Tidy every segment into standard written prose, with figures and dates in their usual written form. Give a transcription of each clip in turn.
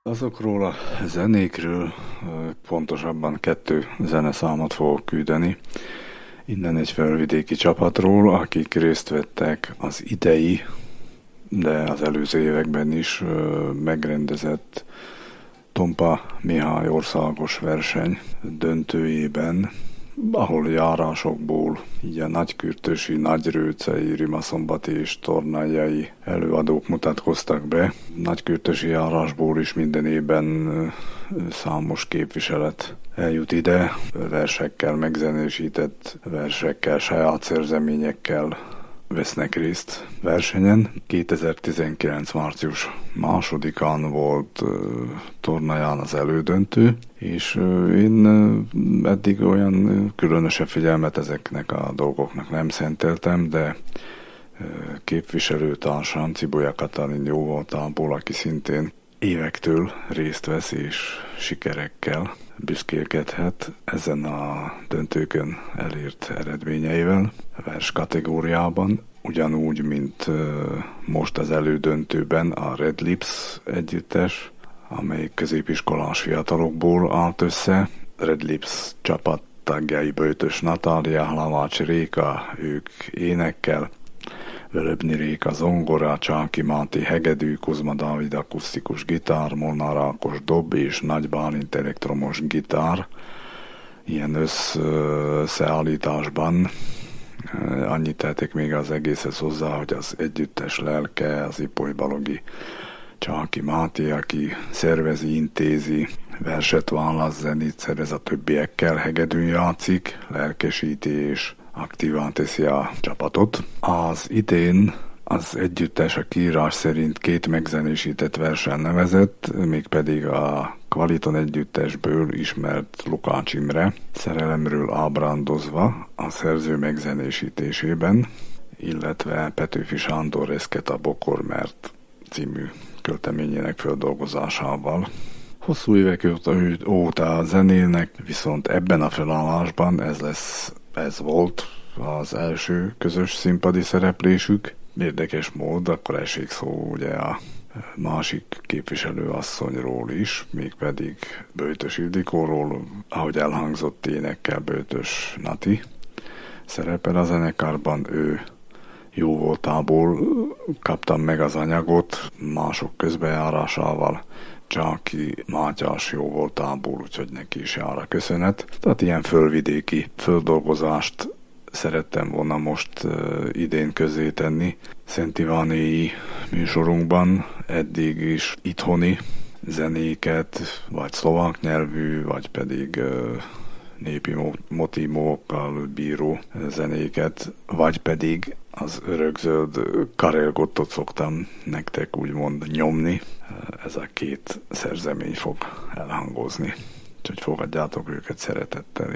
Azokról a zenékről pontosabban 2 zeneszámot fogok küldeni. Innen egy felvidéki csapatról, akik részt vettek az idei, de az előző években is megrendezett Tompa Mihály országos verseny döntőjében, ahol járásokból így a nagykürtösi, nagyrőcei, rimaszombati és tornájai előadók mutatkoztak be. Nagykürtösi járásból is minden évben számos képviselet eljut ide, versekkel, megzenésített versekkel, saját szerzeményekkel vesznek részt versenyen. 2019. március 2-án volt tornáján az elődöntő, és én eddig olyan különösebb figyelmet ezeknek a dolgoknak nem szenteltem, de képviselőtársam Cibolya Katalin jóvoltából, aki szintén évektől részt vesz és sikerekkel büszkélkedhet ezen a döntőkön elért eredményeivel vers kategóriában, ugyanúgy, mint most az elődöntőben a Red Lips együttes, amely középiskolás fiatalokból állt össze. Red Lips csapat tagjai Böjtös Natália, Hlavács Réka, ők énekkel, Völöbni Réka zongora, Csáki Máté hegedű, Kuzma Dávid akusztikus gitár, Molnár Ákos dob és Nagy Bálint elektromos gitár. Ilyen összeállításban annyit tehetek még az egészhez hozzá, hogy az együttes lelke az Ipoly Balogi Csáki Máté, aki szervezi, intézi, verset választ, zenét szerez a többiekkel, hegedűn játszik, lelkesíti és aktíván teszi a csapatot. Az idén az együttes a kiírás szerint 2 megzenésített versen nevezett, mégpedig a Kvaliton együttesből ismert Lukács Imre Szerelemről ábrándozva a szerző megzenésítésében, illetve Petőfi Sándor Reszket Bokor mert című költeményének földolgozásával. Hosszú évek óta zenélnek, viszont ebben a felállásban ez volt az első közös színpadi szereplésük. Érdekes mód, akkor esik szó ugye a másik képviselőasszonyról is, mégpedig Böjtös Ildikóról, ahogy elhangzott énekkel Böjtös Nati szerepel a zenekarban, ő jó voltából kaptam meg az anyagot, mások közbejárásával, Csáki Mátyás jó voltából, úgyhogy neki is jár a köszönet. Tehát ilyen fölvidéki földolgozást szerettem volna most idén közé tenni. Szent Ivánéi műsorunkban eddig is itthoni zenéket, vagy szlovák nyelvű, vagy pedig népi motívumоkkal bíró zenéket, vagy pedig az örökzöld karelgottot szoktam nektek úgymond nyomni. Ez a 2 szerzemény fog elhangozni. Úgyhogy fogadjátok őket szeretettel.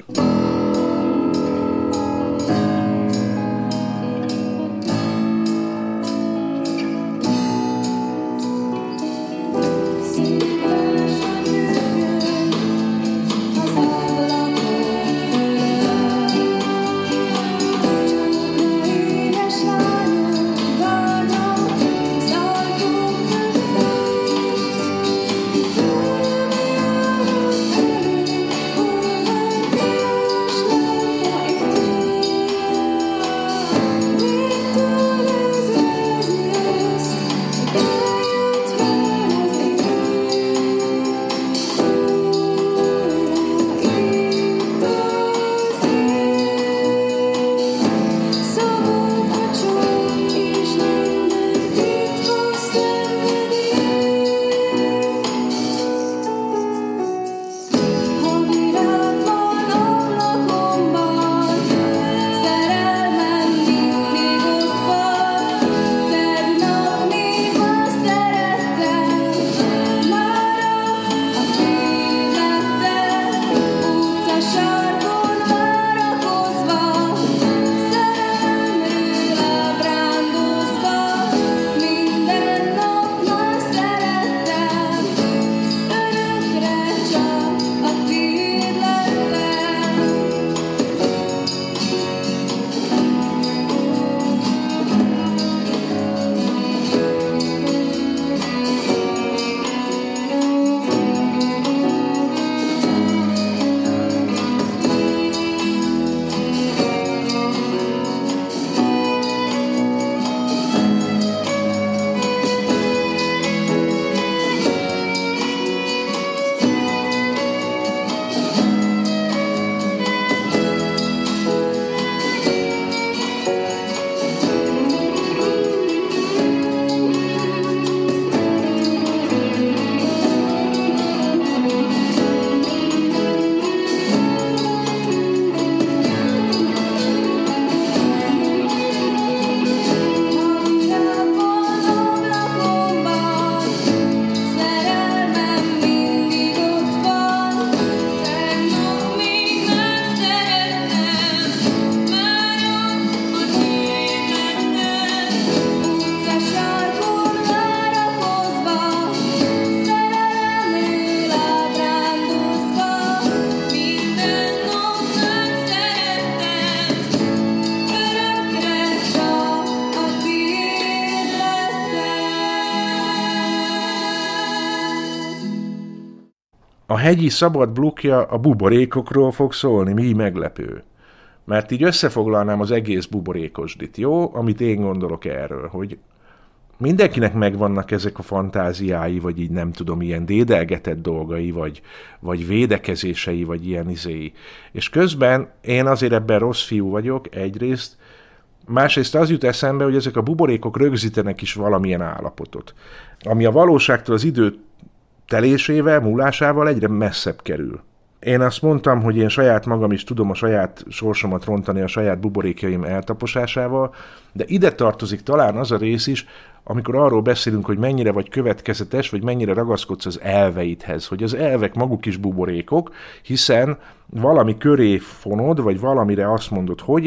A hegyi szabad blokkja a buborékokról fog szólni, mi meglepő. Mert így összefoglalnám az egész buborékosdit, jó? Amit én gondolok erről, hogy mindenkinek megvannak ezek a fantáziái, vagy így nem tudom, ilyen dédelgetett dolgai, vagy védekezései, vagy ilyen izéi. És közben én azért ebben rossz fiú vagyok egyrészt, másrészt az jut eszembe, hogy ezek a buborékok rögzítenek is valamilyen állapotot, ami a valóságtól az idő telésével, múlásával egyre messzebb kerül. Én azt mondtam, hogy én saját magam is tudom a saját sorsomat rontani a saját buborékjaim eltaposásával, de ide tartozik talán az a rész is, amikor arról beszélünk, hogy mennyire vagy következetes, vagy mennyire ragaszkodsz az elveidhez, hogy az elvek maguk is buborékok, hiszen valami köré fonod, vagy valamire azt mondod, hogy,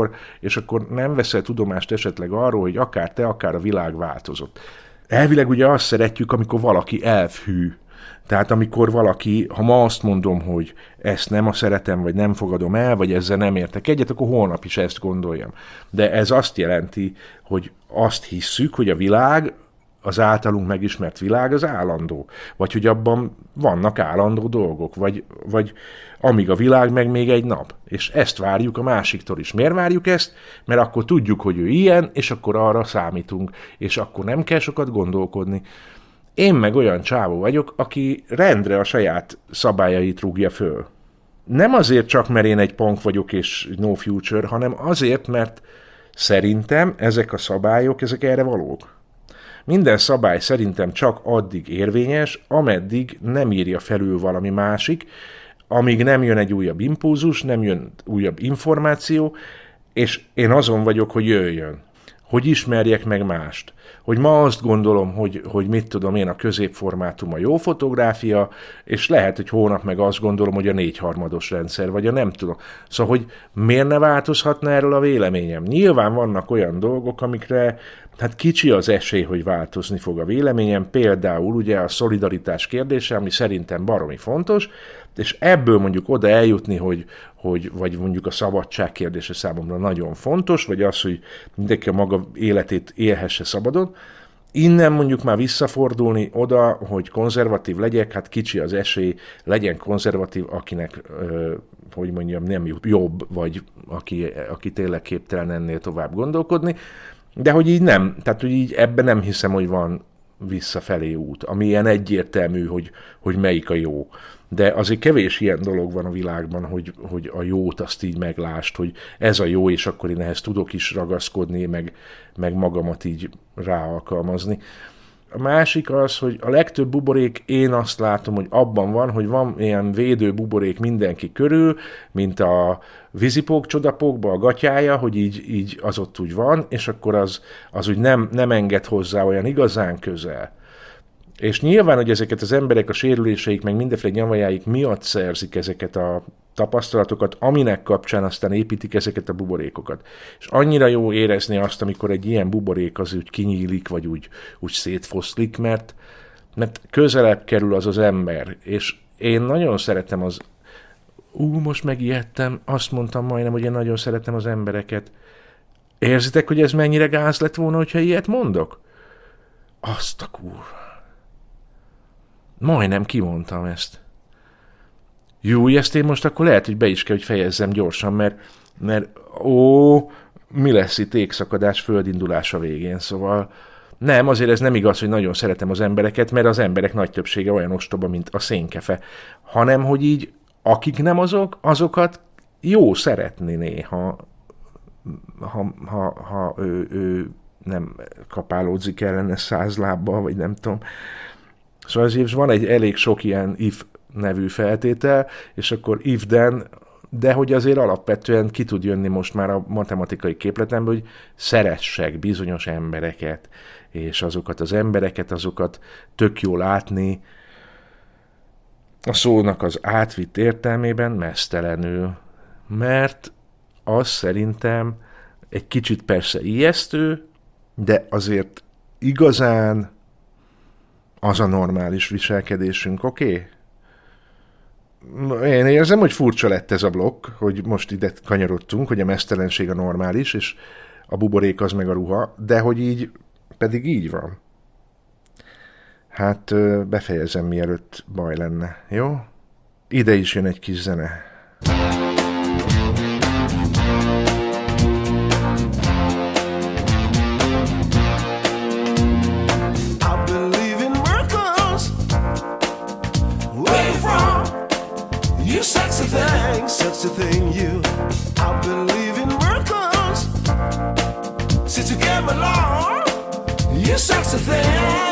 és akkor nem veszel tudomást esetleg arról, hogy akár te, akár a világ változott. Elvileg ugye azt szeretjük, amikor valaki elfhű. Tehát amikor valaki, ha ma azt mondom, hogy ezt nem szeretem, vagy nem fogadom el, vagy ezzel nem értek egyet, akkor holnap is ezt gondoljam. De ez azt jelenti, hogy azt hisszük, hogy a világ, az általunk megismert világ az állandó. Vagy hogy abban vannak állandó dolgok, vagy amíg a világ meg még egy nap. És ezt várjuk a másiktól is. Miért várjuk ezt? Mert akkor tudjuk, hogy ő ilyen, és akkor arra számítunk, és akkor nem kell sokat gondolkodni. Én meg olyan csávó vagyok, aki rendre a saját szabályait rúgja föl. Nem azért csak, mert én egy punk vagyok és no future, hanem azért, mert szerintem ezek a szabályok, ezek erre valók. Minden szabály szerintem csak addig érvényes, ameddig nem írja felül valami másik, amíg nem jön egy újabb impulzus, nem jön újabb információ, és én azon vagyok, hogy jöjjön. Hogy ismerjek meg mást. Hogy ma azt gondolom, hogy mit tudom én, a középformátum a jó fotográfia, és lehet, hogy hónap meg azt gondolom, hogy a 4/3 rendszer, vagy a nem tudom. Szóval, hogy miért ne változhatna erről a véleményem? Nyilván vannak olyan dolgok, amikre hát kicsi az esély, hogy változni fog a véleményem, például ugye a szolidaritás kérdése, ami szerintem baromi fontos, és ebből mondjuk oda eljutni, vagy mondjuk a szabadság kérdése számomra nagyon fontos, vagy az, hogy mindenki a maga életét élhesse szabadon. Innen mondjuk már visszafordulni oda, hogy konzervatív legyek, hát kicsi az esély, legyen konzervatív, akinek, hogy mondjam, nem jobb, vagy aki tényleg képtelen ennél tovább gondolkodni, de hogy így nem, tehát hogy így ebben nem hiszem, hogy van visszafelé út, ami ilyen egyértelmű, hogy melyik a jó. De azért kevés ilyen dolog van a világban, hogy a jót azt így meglást, hogy ez a jó, és akkor én ehhez tudok is ragaszkodni, meg magamat így ráalkalmazni. A másik az, hogy a legtöbb buborék, én azt látom, hogy abban van, hogy van ilyen védő buborék mindenki körül, mint a vízipók csodapókba a gatyája, hogy így az ott úgy van, és akkor az úgy nem enged hozzá olyan igazán közel. És nyilván, hogy ezeket az emberek a sérüléseik, meg mindenféle nyavajáik miatt szerzik ezeket a tapasztalatokat, aminek kapcsán aztán építik ezeket a buborékokat. És annyira jó érezni azt, amikor egy ilyen buborék az úgy kinyílik, vagy úgy szétfoszlik, mert közelebb kerül az ember. És én nagyon szeretem most megijedtem, azt mondtam majdnem, hogy én nagyon szeretem az embereket. Érzitek, hogy ez mennyire gáz lett volna, hogyha ilyet mondok? Azt a kurva. Majdnem kimondtam ezt. Jó, ezt én most akkor lehet, hogy be is kell, hogy fejezzem gyorsan, mert mi lesz itt égszakadás földindulása végén, szóval nem, azért ez nem igaz, hogy nagyon szeretem az embereket, mert az emberek nagy többsége olyan ostoba, mint a szénkefe, hanem, hogy így, akik nem azokat jó szeretni néha, ha ő nem kapálódzik ellene 100 lábbal, vagy nem tudom. Szóval azért van egy elég sok ilyen if nevű feltétel, és akkor if then, de hogy azért alapvetően ki tud jönni most már a matematikai képletemből, hogy szeressek bizonyos embereket, és azokat az embereket, azokat tök jó látni, a szónak az átvitt értelmében meztelenül, mert az szerintem egy kicsit persze ijesztő, de azért igazán az a normális viselkedésünk, oké? Én érzem, hogy furcsa lett ez a blokk, hogy most ide kanyarodtunk, hogy a meztelenség a normális, és a buborék az meg a ruha, de hogy így, pedig így van. Hát befejezem, mielőtt baj lenne, jó? Ide is jön egy kis zene. You sexy thing, you. I believe in miracles. Since you came along, you sexy thing.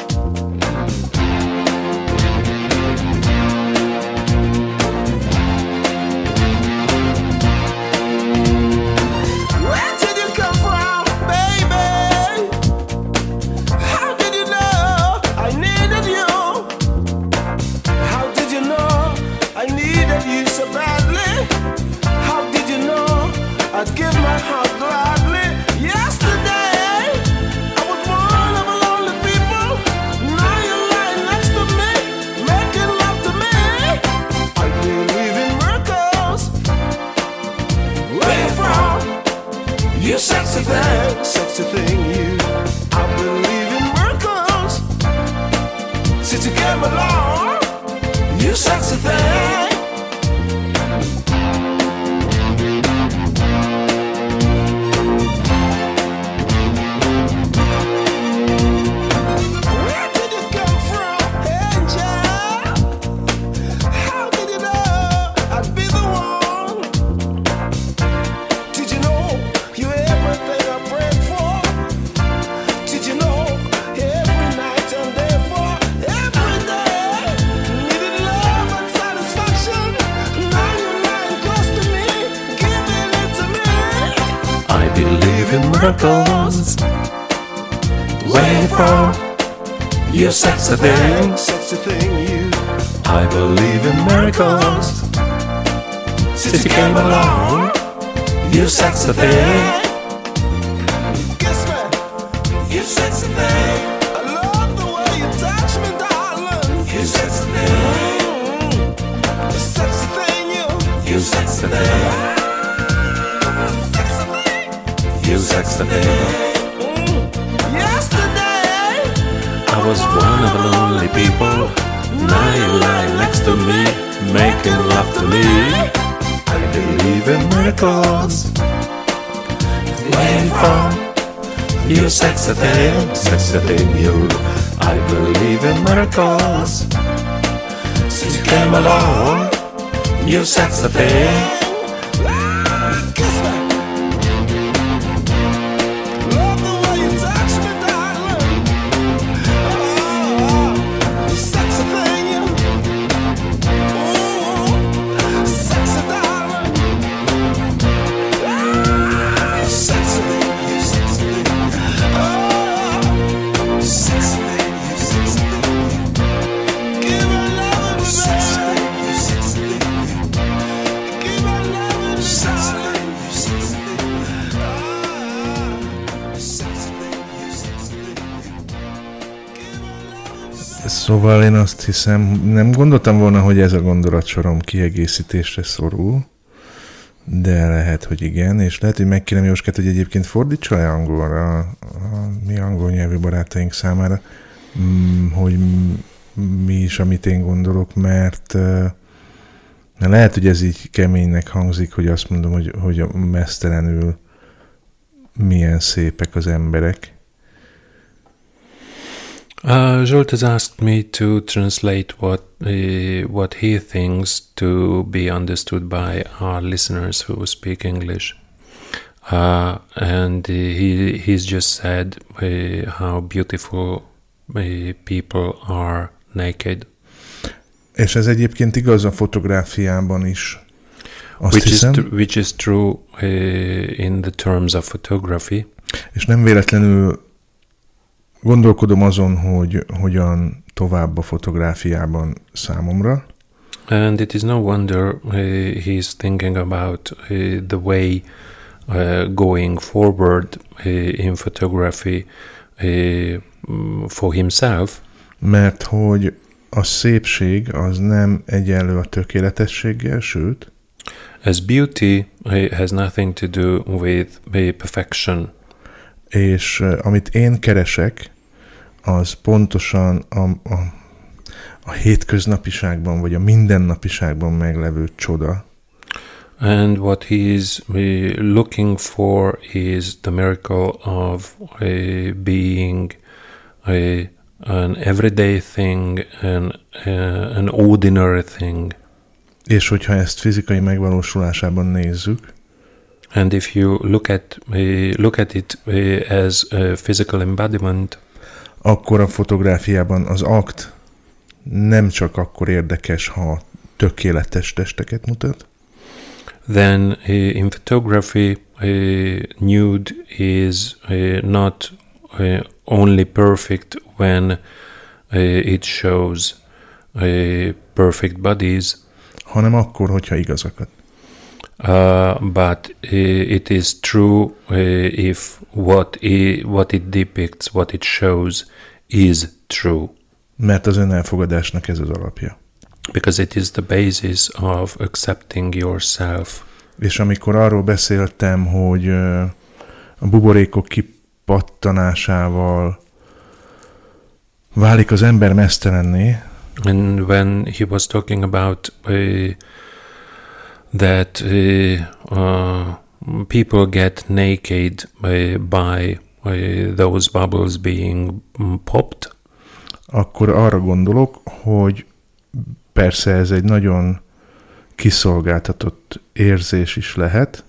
Where did you come from, baby? How did you know I needed you? How did you know I needed you so badly? How did you know I'd give my heart gladly? Yesterday I was one of the lonely people. Now you're lying next to me, making love to me. I believe in miracles. Where you from? You sexy thing, you. I believe in miracles. Since you came along, you sexy thing. Where did you come from, angel? How did you know I'd be the one? Did you know you're everything I prayed for? Did you know every night and day for every day? Needed love and satisfaction. Now you're lying close to me, giving it to me. I believe in miracles. Where you from? You're sexy thing, you. I believe in miracles. Since you came along, you sexy thing. Guess what? You sexy thing. I love the way you touch me, darling. You sexy thing. You sexy thing, you. You sexy thing. Sexy thing. You sexy thing. Yesterday I was one of the lonely people. Now you lie next to me, making love to me. I believe in miracles. Where you from? You sexy thing, you. I believe in miracles. Since you came along, you sexy thing. Guess what? Love the way you touch me, darling. Oh, sexy thing, you. Ooh, sexy darling. Ah, sexy thing, you sexy thing. Oh, sexy thing, you sexy thing. Give her love, baby. Sexy thing, you sexy thing. Give her love, darling. Sexy thing, you sexy thing. Ah, sexy thing, you sexy thing. Give her love, baby. Szóval én azt hiszem, nem gondoltam volna, hogy ez a gondolatsorom kiegészítésre szorul, de lehet, hogy igen, és lehet, hogy megkérem Jóskát, hogy egyébként fordítsa le angolra a mi angol nyelvű barátaink számára, hogy mi is, amit én gondolok, mert lehet, hogy ez így keménynek hangzik, hogy azt mondom, hogy meztelenül milyen szépek az emberek. Zsolt has asked me to translate what he thinks to be understood by our listeners who speak English. And he's just said how beautiful people are naked. És ez egyébként igaz a fotográfiában is. Azt Which is true in the terms of photography. És nem véletlenül gondolkodom azon, hogy hogyan tovább a fotográfiában számomra. And it is no wonder he's thinking about the way going forward in photography for himself. Mert hogy a szépség az nem egyenlő a tökéletességgel, sőt, as beauty has nothing to do with perfection. És amit én keresek, az pontosan a hétköznapiságban, vagy a mindennapiságban meglevő csoda. And what he's looking for is the miracle of being an everyday thing, an ordinary thing. És hogyha ezt fizikai megvalósulásában nézzük, and if you look at it as a physical embodiment, akkor a fotográfiában az akt nem csak akkor érdekes, ha tökéletes testeket mutat, then in photography, nude is not only perfect when it shows perfect bodies, hanem akkor, hogyha igazakat. But it is true if what it depicts, what it shows is true. Mert az önelfogadásnak ez az alapja. Because it is the basis of accepting yourself. És amikor arról beszéltem, hogy a buborékok kipattanásával válik az ember meztelenné, and when he was talking about that people get naked by those bubbles being popped, akkor arra gondolok, hogy persze ez egy nagyon kiszolgáltatott érzés is lehet.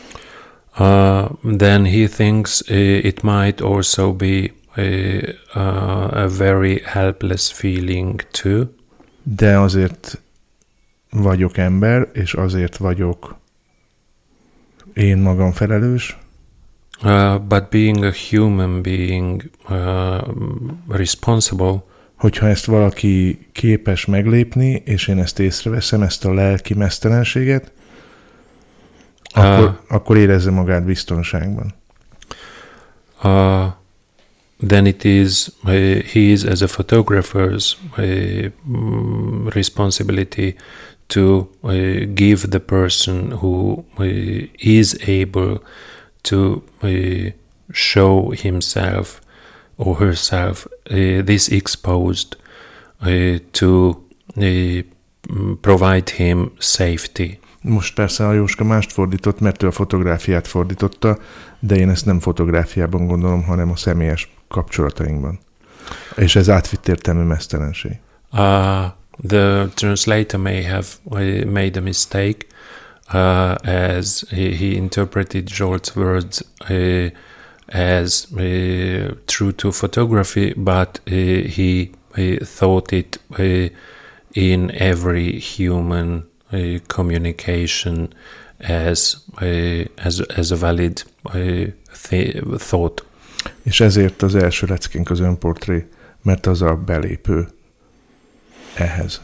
Then he thinks it might also be a very helpless feeling too. De azért vagyok ember, és azért vagyok én magam felelős. But being a human being responsible, hogyha ezt valaki képes meglépni, és én ezt észreveszem, ezt a lelki meztelenséget, akkor érezze magát biztonságban. Then it is his as a photographer's responsibility to give the person who is able to show himself or herself this exposed to provide him safety. Most persze a Jóska mást fordított, mert ő a fotográfiát fordította, de én ezt nem fotográfiában gondolom, hanem a személyes kapcsolatainkban. És ez átvitt értelmű meztelenség. The translator may have made a mistake as he interpreted Zsolt's words as true to photography, but he thought it in every human communication as a valid thought. És ezért az első leckénk az önportré, mert az a belépő ehhez.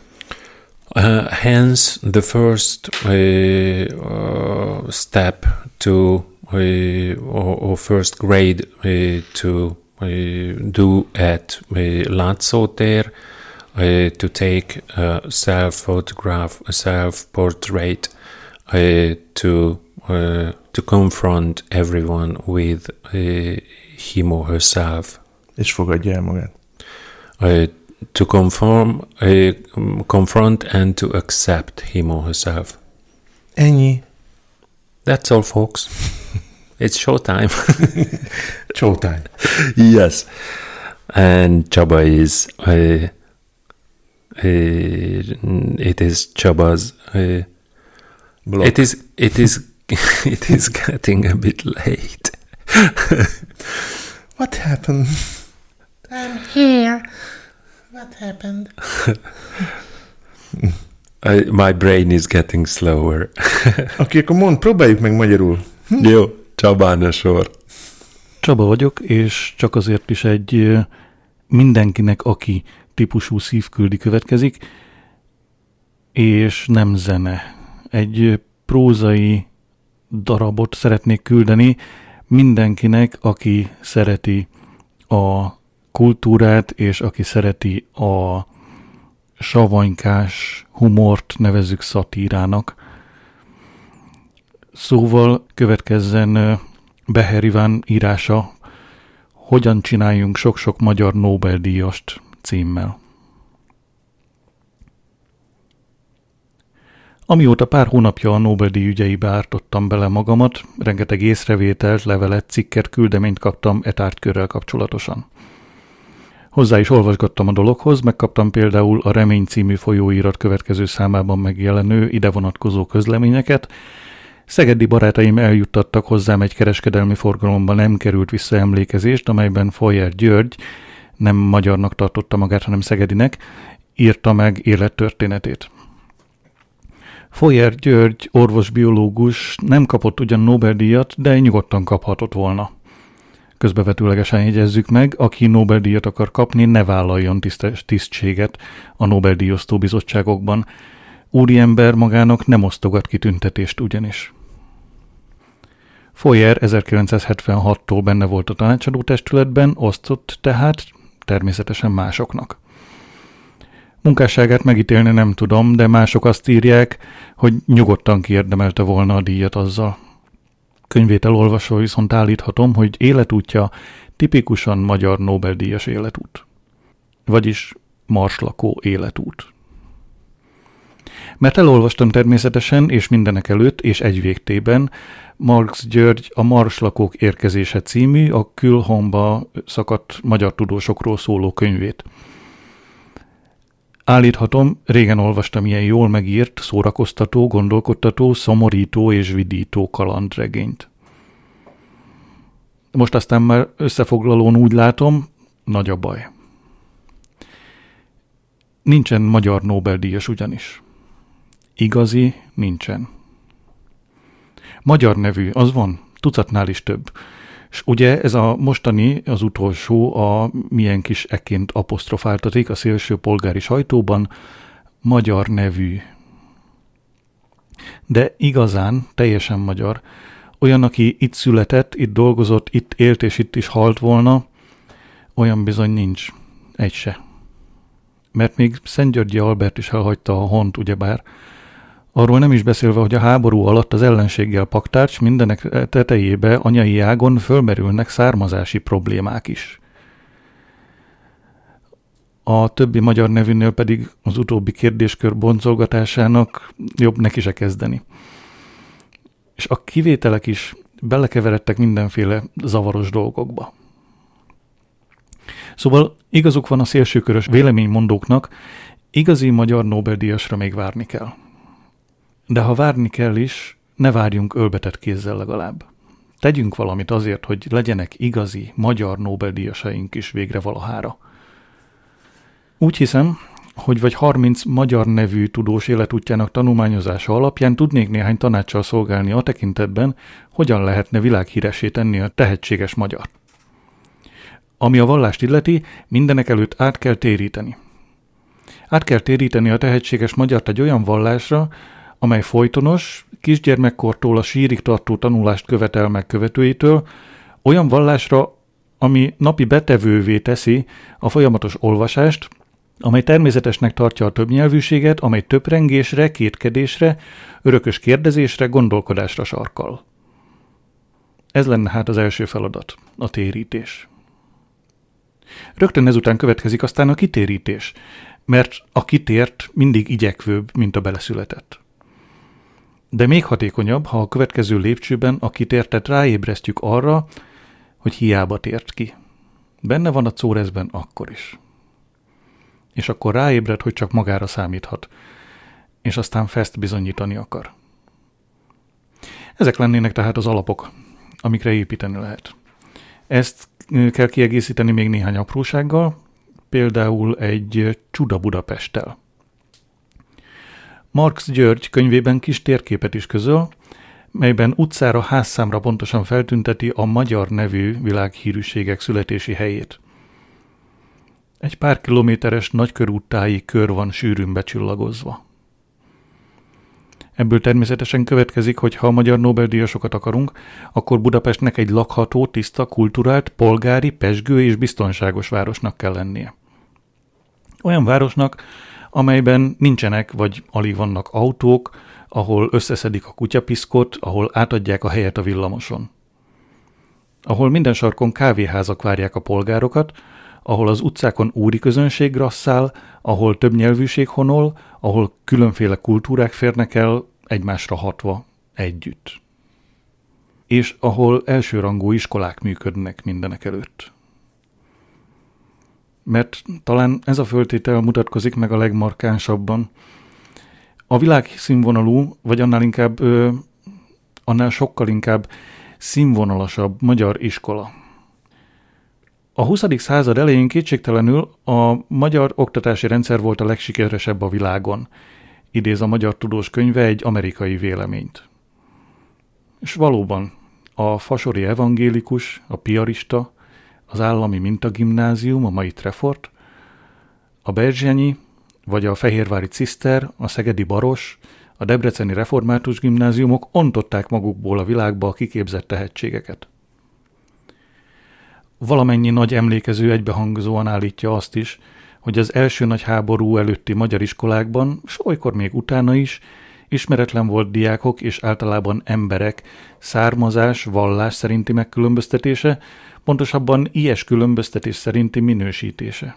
Hence the first step to or first grade to do at Látszótér, to take a self-photograph, a self-portrait, to confront everyone with him or herself. És fogadja el magát. To confront and to accept him or herself. Ennyi. That's all, folks. It's showtime. Showtime. Yes. And Csaba is... it is Csaba's... Block. It is getting a bit late. What happened? I'm here. What happened? My brain is getting slower. Oké, akkor próbáljuk meg magyarul. Jó, Csabán a sor. Csaba vagyok, és csak azért is egy mindenkinek, aki típusú szívküldi következik, és nem zene. Egy prózai darabot szeretnék küldeni mindenkinek, aki szereti a kultúrát, és aki szereti a savanykás humort, nevezzük szatírának. Szóval következzen Beher Iván írása, Hogyan csináljunk sok-sok magyar Nobel-díjast címmel. Amióta pár hónapja a Nobel-díj ügyeibe ártottam bele magamat, rengeteg észrevételt, levelet, cikket, küldeményt kaptam e tárgykörrel kapcsolatosan. Hozzá is olvasgattam a dologhoz, megkaptam például a Remény című folyóirat következő számában megjelenő ide vonatkozó közleményeket. Szegedi barátaim eljuttattak hozzám egy kereskedelmi forgalomban nem került visszaemlékezést, amelyben Foyer György, nem magyarnak tartotta magát, hanem szegedinek, írta meg élettörténetét. Foyer György, orvos-biológus, nem kapott ugyan Nobel-díjat, de nyugodtan kaphatott volna. Közbevetőlegesen jegyezzük meg, aki Nobel-díjat akar kapni, ne vállaljon tisztséget a Nobel-díjosztó bizottságokban. Úriember magának nem osztogat kitüntetést ugyanis. Foyer 1976-tól benne volt a tanácsadó testületben, osztott tehát természetesen másoknak. Munkásságát megítélni nem tudom, de mások azt írják, hogy nyugodtan kiérdemelte volna a díjat azzal. Könyvét elolvasva viszont állíthatom, hogy életútja tipikusan magyar Nobel-díjas életút. Vagyis marslakó életút. Mert elolvastam természetesen, és mindenek előtt, és egy végtében Marx György a Marslakók érkezése című, a külhomba szakadt magyar tudósokról szóló könyvét. Állíthatom, régen olvastam ilyen jól megírt, szórakoztató, gondolkodtató, szomorító és vidító kalandregényt. Most aztán már összefoglalón úgy látom, nagy a baj. Nincsen magyar Nobel-díjas ugyanis. Igazi nincsen. Magyar nevű, az van, tucatnál is több. És ugye ez a mostani, az utolsó, a milyen kis ekként apostrofáltatik a szélső polgári sajtóban, magyar nevű. De igazán, teljesen magyar. Olyan, aki itt született, itt dolgozott, itt élt és itt is halt volna, olyan bizony nincs. Egy se. Mert még Szentgyörgyi Albert is elhagyta a hont, ugyebár. Arról nem is beszélve, hogy a háború alatt az ellenséggel paktált, s mindenek tetejébe anyai ágon fölmerülnek származási problémák is. A többi magyar nevűnél pedig az utóbbi kérdéskör boncolgatásának jobb neki se kezdeni. És a kivételek is belekeveredtek mindenféle zavaros dolgokba. Szóval igazuk van a szélsőkörös véleménymondóknak, igazi magyar Nobel-díjasra még várni kell. De ha várni kell is, ne várjunk ölbetett kézzel legalább. Tegyünk valamit azért, hogy legyenek igazi magyar Nobel-díjasaink is végre valahára. Úgy hiszem, hogy vagy 30 magyar nevű tudós életútjának tanulmányozása alapján tudnék néhány tanácssal szolgálni a tekintetben, hogyan lehetne világhíressé tenni a tehetséges magyar. Ami a vallást illeti, mindenek előtt át kell téríteni. Át kell téríteni a tehetséges magyart egy olyan vallásra, amely folytonos, kisgyermekkortól a sírig tartó tanulást követel meg követőitől, olyan vallásra, ami napi betevővé teszi a folyamatos olvasást, amely természetesnek tartja a többnyelvűséget, amely töprengésre, kétkedésre, örökös kérdezésre, gondolkodásra sarkal. Ez lenne hát az első feladat, a térítés. Rögtön ezután következik aztán a kitérítés, mert a kitért mindig igyekvőbb, mint a beleszületett. De még hatékonyabb, ha a következő lépcsőben a kitértet ráébresztjük arra, hogy hiába tért ki. Benne van a córezben akkor is. És akkor ráébred, hogy csak magára számíthat, és aztán feszt bizonyítani akar. Ezek lennének tehát az alapok, amikre építeni lehet. Ezt kell kiegészíteni még néhány aprósággal, például egy Csuda Budapesttel. Marx György könyvében kis térképet is közöl, melyben utcára, házszámra pontosan feltünteti a magyar nevű világhírűségek születési helyét. Egy pár kilométeres nagykörúttáji kör van sűrűn becsillagozva. Ebből természetesen következik, hogy ha a magyar Nobel-díjasokat akarunk, akkor Budapestnek egy lakható, tiszta, kulturált, polgári, pezsgő és biztonságos városnak kell lennie. Olyan városnak, amelyben nincsenek vagy alig vannak autók, ahol összeszedik a kutyapiszkot, ahol átadják a helyet a villamoson. ahol minden sarkon kávéházak várják a polgárokat, ahol az utcákon úri közönség grasszál, ahol többnyelvűség honol, ahol különféle kultúrák férnek el egymásra hatva együtt. És ahol elsőrangú iskolák működnek mindenek előtt. Mert talán ez a föltétel mutatkozik meg a legmarkánsabban. A világszínvonalú, vagy annál sokkal inkább színvonalasabb magyar iskola. A 20. század elején kétségtelenül a magyar oktatási rendszer volt a legsikeresebb a világon. Idéz a Magyar Tudós Könyve egy amerikai véleményt. És valóban, a fasori evangélikus, a piarista, az állami mintagimnázium, a mai Trefort, a Berzsenyi, vagy a fehérvári Ciszter, a szegedi Baros, a debreceni református gimnáziumok ontották magukból a világba a kiképzett tehetségeket. Valamennyi nagy emlékező egybehangzóan állítja azt is, hogy az első nagy háború előtti magyar iskolákban, s olykor még utána is, ismeretlen volt diákok és általában emberek származás, vallás szerinti megkülönböztetése, pontosabban ilyes különböztetés szerinti minősítése.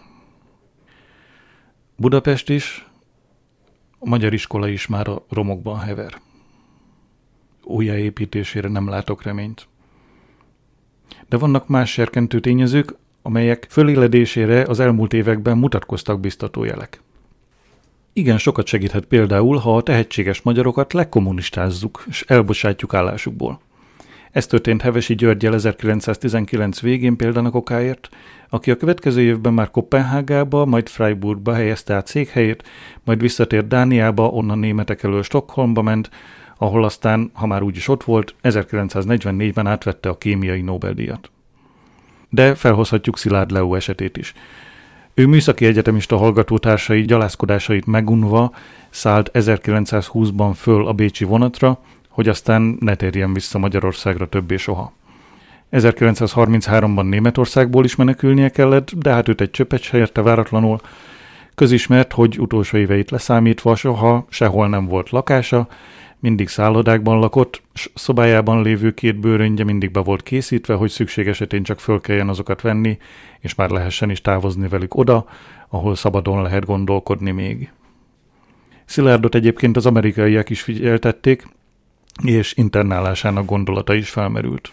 Budapest is, a magyar iskola is már a romokban hever. Újjáépítésére nem látok reményt. De vannak más serkentő tényezők, amelyek föléledésére az elmúlt években mutatkoztak biztató jelek. Igen sokat segíthet például, ha a tehetséges magyarokat lekommunistázzuk, és elbocsátjuk állásukból. Ez történt Hevesi Györggyel 1919 végén példának okáért, aki a következő évben már Koppenhágába, majd Freiburgba helyezte át székhelyét, majd visszatért Dániába, onnan németek elől Stockholmba ment, ahol aztán, ha már úgyis ott volt, 1944-ben átvette a kémiai Nobel-díjat. De felhozhatjuk Szilárd Leó esetét is. Ő műszaki egyetemista hallgatótársai gyalázkodásait megunva szállt 1920-ban föl a bécsi vonatra, hogy aztán ne térjen vissza Magyarországra többé soha. 1933-ban Németországból is menekülnie kellett, de hát őt egy csöppet se érte váratlanul. Közismert, hogy utolsó éveit leszámítva soha sehol nem volt lakása, mindig szállodákban lakott, s szobájában lévő 2 bőröngye mindig be volt készítve, hogy szükség esetén csak föl kelljen azokat venni, és már lehessen is távozni velük oda, ahol szabadon lehet gondolkodni még. Szilárdot egyébként az amerikaiak is figyeltették, és internálásának gondolata is felmerült.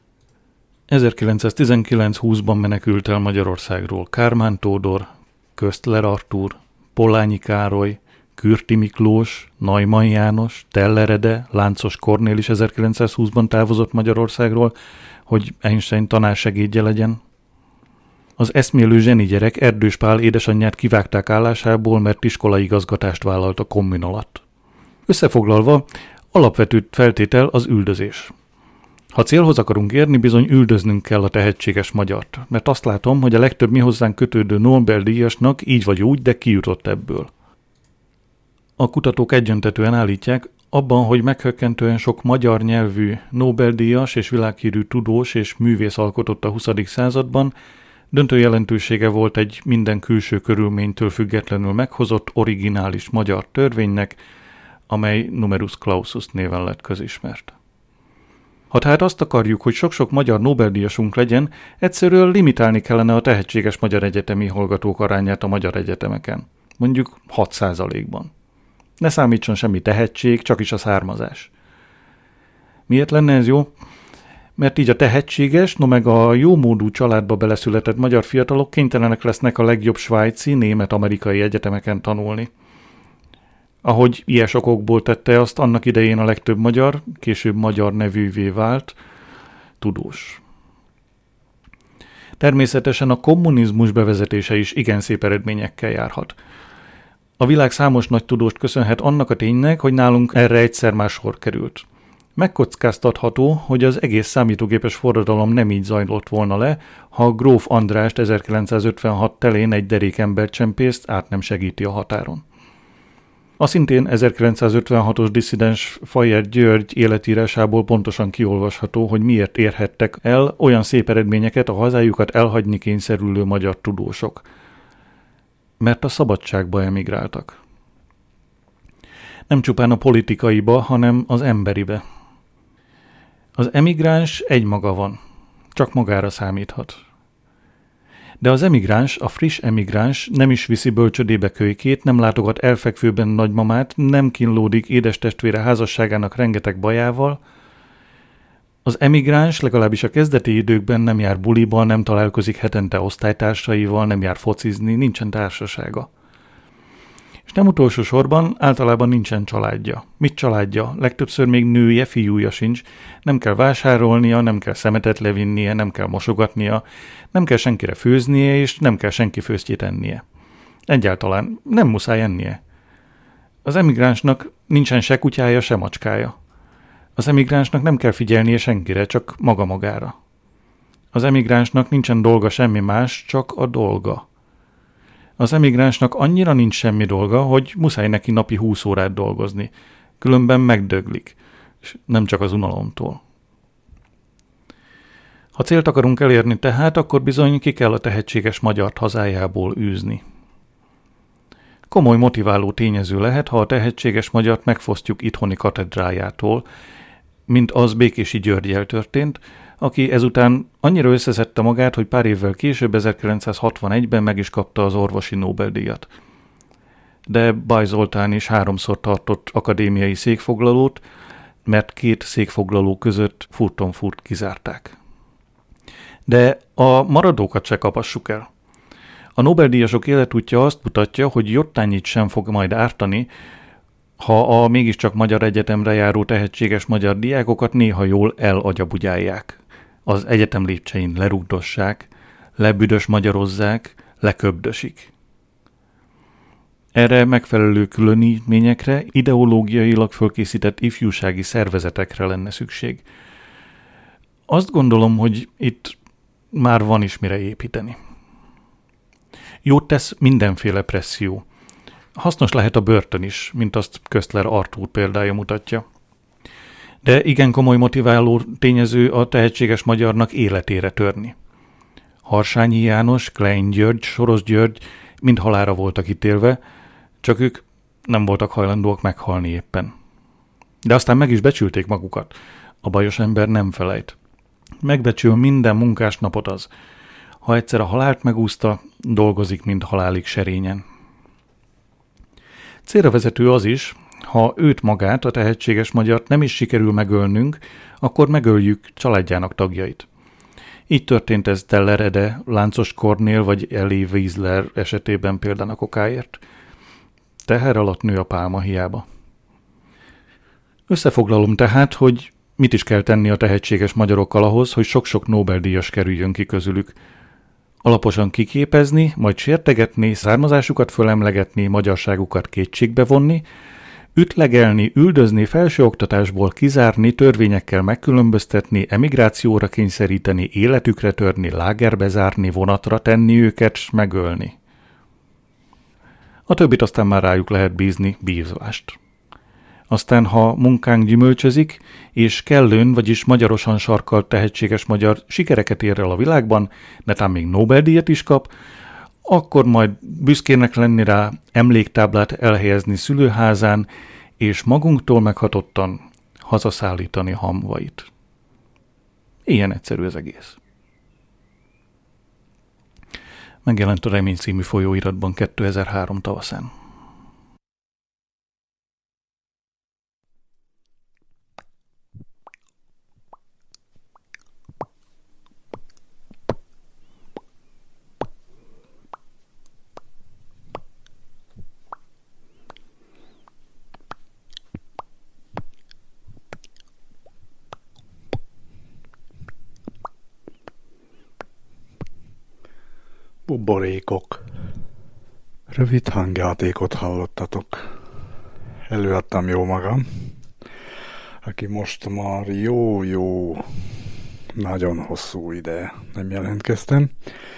1919-20-ban menekült el Magyarországról Kármán Tódor, Kösztler Artúr, Pollányi Károly, Kürti Miklós, Neumann János, Teller Ede, Láncos Kornél is 1920-ban távozott Magyarországról, hogy Einstein tanársegédje legyen. Az eszmélő zseni gyerek Erdős Pál édesanyját kivágták állásából, mert iskolai igazgatást vállalt a kommin alatt. Összefoglalva, alapvető feltétel az üldözés. Ha célhoz akarunk érni, bizony üldöznünk kell a tehetséges magyart, mert azt látom, hogy a legtöbb mi hozzánk kötődő Nobel-díjasnak így vagy úgy, de kijutott ebből. A kutatók egyöntetően állítják, abban, hogy meghökkentően sok magyar nyelvű Nobel-díjas és világhírű tudós és művész alkotott a 20. században, döntő jelentősége volt egy minden külső körülménytől függetlenül meghozott originális magyar törvénynek, amely numerus clausus néven lett közismert. Ha tehát azt akarjuk, hogy sok-sok magyar Nobel-díjasunk legyen, egyszerűen limitálni kellene a tehetséges magyar egyetemi hallgatók arányát a magyar egyetemeken. Mondjuk 6%-ban. Ne számítson semmi tehetség, csak is a származás. Miért lenne ez jó? Mert így a tehetséges, no meg a jómódú családba beleszületett magyar fiatalok kénytelenek lesznek a legjobb svájci, német-amerikai egyetemeken tanulni. Ahogy ilyes okokból tette azt annak idején a legtöbb magyar, később magyar nevűvé vált tudós. Természetesen a kommunizmus bevezetése is igen szép eredményekkel járhat. A világ számos nagy tudóst köszönhet annak a ténynek, hogy nálunk erre egyszer már sor került. Megkockáztatható, hogy az egész számítógépes forradalom nem így zajlott volna le, ha Gróf Andrást 1956 telén egy derék embercsempészt át nem segíti a határon. A szintén 1956-os disszidens Fajer György életírásából pontosan kiolvasható, hogy miért érhettek el olyan szép eredményeket a hazájukat elhagyni kényszerülő magyar tudósok. Mert a szabadságba emigráltak. Nem csupán a politikaiba, hanem az emberibe. Az emigráns egymaga van. csak magára számíthat. De az emigráns, a friss emigráns nem is viszi bölcsödébe kölykét, nem látogat elfekvőben nagymamát, nem kínlódik édestestvére házasságának rengeteg bajával. Az emigráns legalábbis a kezdeti időkben nem jár buliba, nem találkozik hetente osztálytársaival, nem jár focizni, nincsen társasága. És nem utolsó sorban általában nincsen családja. Mit családja? Legtöbbször még nője, fiúja sincs, nem kell vásárolnia, nem kell szemetet levinnie, nem kell mosogatnia, nem kell senkire főznie, és nem kell senki főztjét ennie. Egyáltalán nem muszáj ennie. Az emigránsnak nincsen se kutyája, se macskája. Az emigránsnak nem kell figyelnie senkire, csak maga-magára. Az emigránsnak nincsen dolga semmi más, csak a dolga. Az emigránsnak annyira nincs semmi dolga, hogy muszáj neki napi 20 órát dolgozni. Különben megdöglik, és nem csak az unalomtól. Ha célt akarunk elérni tehát, akkor bizony ki kell a tehetséges magyart hazájából űzni. Komoly motiváló tényező lehet, ha a tehetséges magyart megfosztjuk itthoni katedrájától, mint az Békési Györggyel történt, aki ezután annyira összeszedte magát, hogy pár évvel később, 1961-ben meg is kapta az orvosi Nobel-díjat. De Baj Zoltán is 3-szor tartott akadémiai székfoglalót, mert 2 székfoglaló között furton-furt kizárták. De a maradókat se kapassuk el. A Nobel-díjasok életútja azt mutatja, hogy jottányit sem fog majd ártani, ha a mégiscsak magyar egyetemre járó tehetséges magyar diákokat néha jól elagyabugyálják. Az egyetem lépcsején lerugdossák, lebüdös magyarozzák, leköbdösik. Erre megfelelő különítményekre, ideológiailag fölkészített ifjúsági szervezetekre lenne szükség. Azt gondolom, hogy itt már van is mire építeni. Jót tesz mindenféle presszió. Hasznos lehet a börtön is, mint azt Köszler Artúr példája mutatja. De igen komoly motiváló tényező a tehetséges magyarnak életére törni. Harsányi János, Klein György, Soros György mind halálra voltak ítélve, csak ők nem voltak hajlandóak meghalni éppen. De aztán meg is becsülték magukat. A bajos ember nem felejt. Megbecsül minden munkásnapot az. Ha egyszer a halált megúszta, dolgozik, mint halálig serényen. Célra vezető az is, ha őt magát, a tehetséges magyart nem is sikerül megölnünk, akkor megöljük családjának tagjait. Így történt ez Teller Ede, Láncos Kornél vagy Elie Wiesler esetében példának okáért. Teher alatt nő a pálma hiába. Összefoglalom tehát, hogy mit is kell tenni a tehetséges magyarokkal ahhoz, hogy sok-sok Nobel-díjas kerüljön ki közülük. Alaposan kiképezni, majd sértegetni, származásukat fölemlegetni, magyarságukat kétségbe vonni, ütlegelni, üldözni, felsőoktatásból kizárni, törvényekkel megkülönböztetni, emigrációra kényszeríteni, életükre törni, lágerbe zárni, vonatra tenni őket, s megölni. A többit aztán már rájuk lehet bízni bízvást. Aztán, ha munkánk gyümölcsözik, és kellőn, vagyis magyarosan sarkalt tehetséges magyar sikereket ér el a világban, netán még Nobel-díjat is kap, akkor majd büszkének lenni rá, emléktáblát elhelyezni szülőházán, és magunktól meghatottan hazaszállítani hamvait. Ilyen egyszerű az egész. Megjelent a Remény című folyóiratban 2003 tavaszán. Buborékok. Rövid hangjátékot hallottatok. Előadtam jó magam, aki most már jó, nagyon hosszú ide nem jelentkeztem.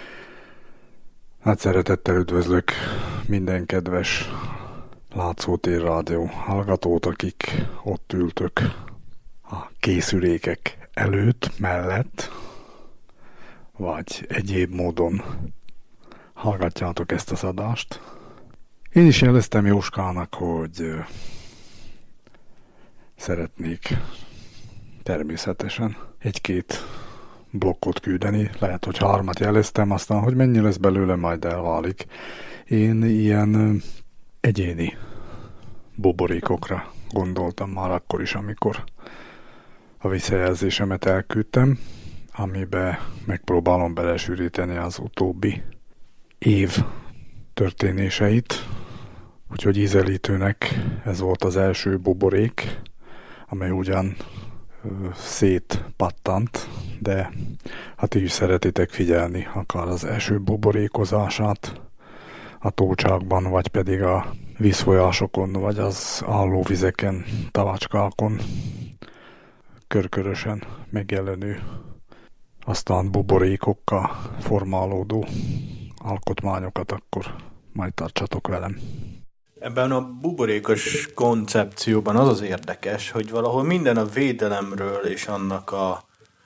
Hát szeretettel üdvözlök minden kedves Látszótér Rádió hallgatót, akik ott ültök a készülékek előtt, mellett, vagy egyéb módon hallgatjátok ezt az adást. Én is jeleztem Jóskának, hogy szeretnék természetesen egy-két blokkot küldeni. Lehet, hogy 3 jeleztem, aztán, hogy mennyi lesz belőle, majd elválik. Én ilyen egyéni buborékokra gondoltam már akkor is, amikor a visszajelzésemet elküldtem, amiben megpróbálom belesűríteni az utóbbi év történéseit. Úgyhogy ízelítőnek ez volt az első buborék, amely ugyan szétpattant, de hát ti is szeretitek figyelni akár az első buborékozását a tócsákban, vagy pedig a vízfolyásokon, vagy az állóvizeken, tavacskákon körkörösen megjelenő, aztán buborékokkal formálódó alkotmányokat, akkor majd tartsatok velem. Ebben a buborékos koncepcióban az az érdekes, hogy valahol minden a védelemről és annak a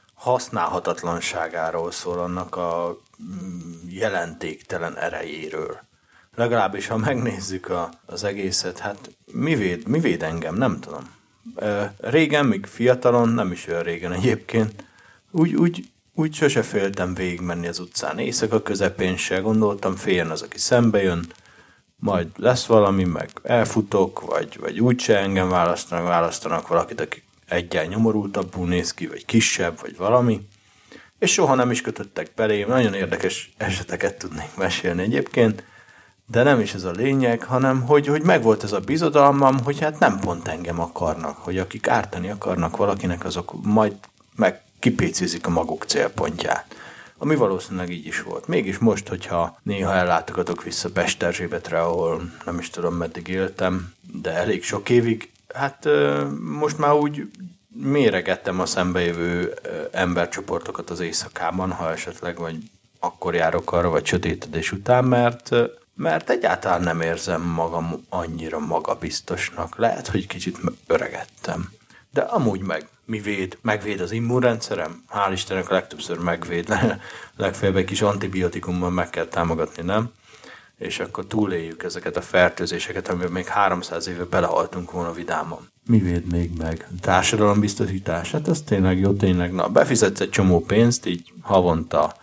használhatatlanságáról szól, annak a jelentéktelen erejéről. Legalábbis, ha megnézzük az egészet, hát mi véd engem, nem tudom. Régen, még fiatalon, nem is olyan régen egyébként, úgy sose féltem végigmenni az utcán. Éjszaka közepén se gondoltam, féljen az, aki szembe jön, majd lesz valami, meg elfutok, vagy úgyse engem választanak valakit, aki egyen nyomorultabbul néz ki, vagy kisebb, vagy valami. És soha nem is kötöttek belém. Nagyon érdekes eseteket tudnék mesélni egyébként, de nem is ez a lényeg, hanem hogy megvolt ez a bizodalmam, hogy hát nem pont engem akarnak, hogy akik ártani akarnak valakinek, azok majd meg kipécézik a maguk célpontját. Ami valószínűleg így is volt. Mégis most, hogyha néha ellátogatok vissza Pesterzsébetre, ahol nem is tudom meddig éltem, de elég sok évig, hát most már úgy méregettem a szembejövő embercsoportokat az éjszakában, ha esetleg vagy akkor járok arra, vagy sötétedés után, mert egyáltalán nem érzem magam annyira magabiztosnak. Lehet, hogy kicsit öregettem. De amúgy megvéd az immunrendszerem? Hál' Istennek legtöbbször megvéd. Legfeljebb egy kis antibiotikummal meg kell támogatni, nem? És akkor túléljük ezeket a fertőzéseket, amiben még 300 éve belehaltunk volna vidáman. Mi véd még meg? Társadalombiztosítás? Hát ez tényleg jó, tényleg. Na, befizetsz egy csomó pénzt, így havonta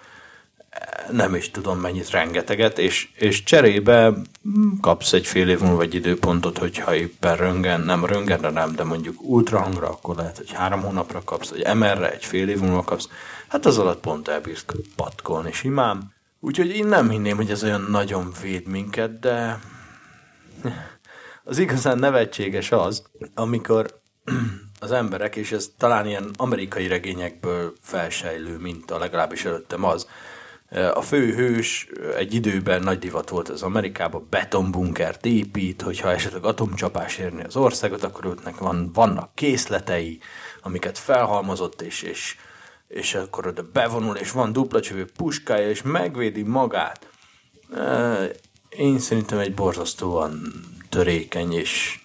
nem is tudom mennyit, rengeteget, és cserébe kapsz egy fél év múlva egy időpontot, hogyha éppen röntgenre nem, de mondjuk ultrahangra, akkor lehet, hogy 3 hónapra kapsz, vagy MR-re egy fél év múlva kapsz, hát az alatt pont elbírsz patkolni simán. Úgyhogy én nem hinném, hogy ez olyan nagyon véd minket, de az igazán nevetséges az, amikor az emberek, és ez talán ilyen amerikai regényekből felsejlő minta, legalábbis előttem az, a főhős egy időben nagy divat volt az Amerikában, betonbunkert épít, hogyha esetleg atomcsapás érni az országot, akkor őknek vannak készletei, amiket felhalmozott, és akkor oda bevonul, és van dupla csövő puskája, és megvédi magát. Én szerintem egy borzasztóan törékeny és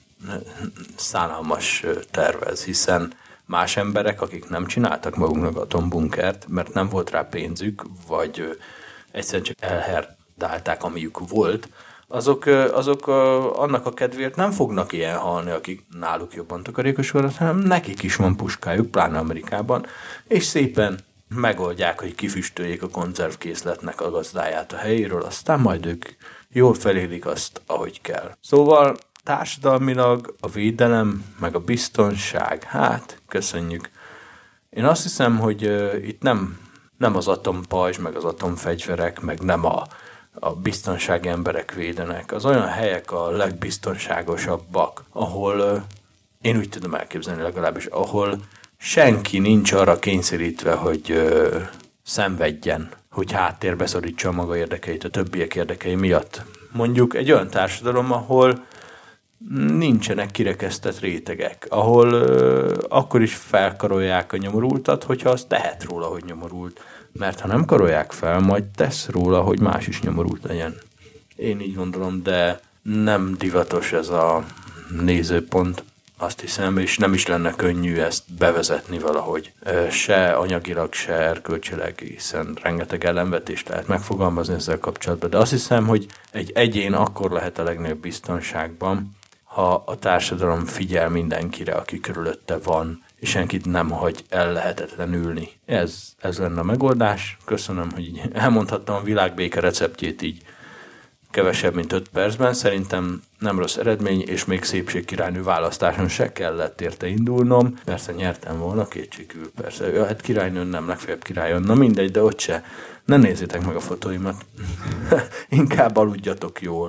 szánalmas tervez, hiszen más emberek, akik nem csináltak magunknak atombunkert, mert nem volt rá pénzük, vagy egyszerűen csak elherdálták, amiük volt, azok annak a kedvéért nem fognak ilyen halni, akik náluk jobban takarékoskodnak, hanem nekik is van puskájuk, pláne Amerikában, és szépen megoldják, hogy kifüstöljék a konzervkészletnek a gazdáját a helyéről, aztán majd ők jól felélik azt, ahogy kell. Szóval társadalmilag a védelem, meg a biztonság, hát köszönjük. Én azt hiszem, hogy itt nem az atompajzs, meg az atomfegyverek, meg nem a biztonsági emberek védenek. Az olyan helyek a legbiztonságosabbak, ahol én úgy tudom elképzelni legalábbis, ahol senki nincs arra kényszerítve, hogy szenvedjen, hogy háttérbe szorítsa a maga érdekeit a többiek érdekei miatt. Mondjuk egy olyan társadalom, ahol nincsenek kirekesztett rétegek, ahol akkor is felkarolják a nyomorultat, hogyha az tehet róla, hogy nyomorult. Mert ha nem karolják fel, majd tesz róla, hogy más is nyomorult legyen. Én így gondolom, de nem divatos ez a nézőpont, azt hiszem, és nem is lenne könnyű ezt bevezetni valahogy. Se anyagilag, se erkölcsileg, hiszen rengeteg ellenvetést lehet megfogalmazni ezzel kapcsolatban. De azt hiszem, hogy egy egyén akkor lehet a legnagyobb biztonságban, ha a társadalom figyel mindenkire, aki körülötte van, és senkit nem hagy ellehetetlenülni. Ez lenne a megoldás. Köszönöm, hogy így elmondhattam a világbéke receptjét így kevesebb, mint 5 percben. Szerintem nem rossz eredmény, és még szépségkirálynő választáson se kellett érte indulnom. Persze nyertem volna, kétségkívül persze. Ja, hát királynőn nem, legfeljebb királyon. Na mindegy, de ott se. Ne nézzétek meg a fotóimat. Inkább aludjatok jól.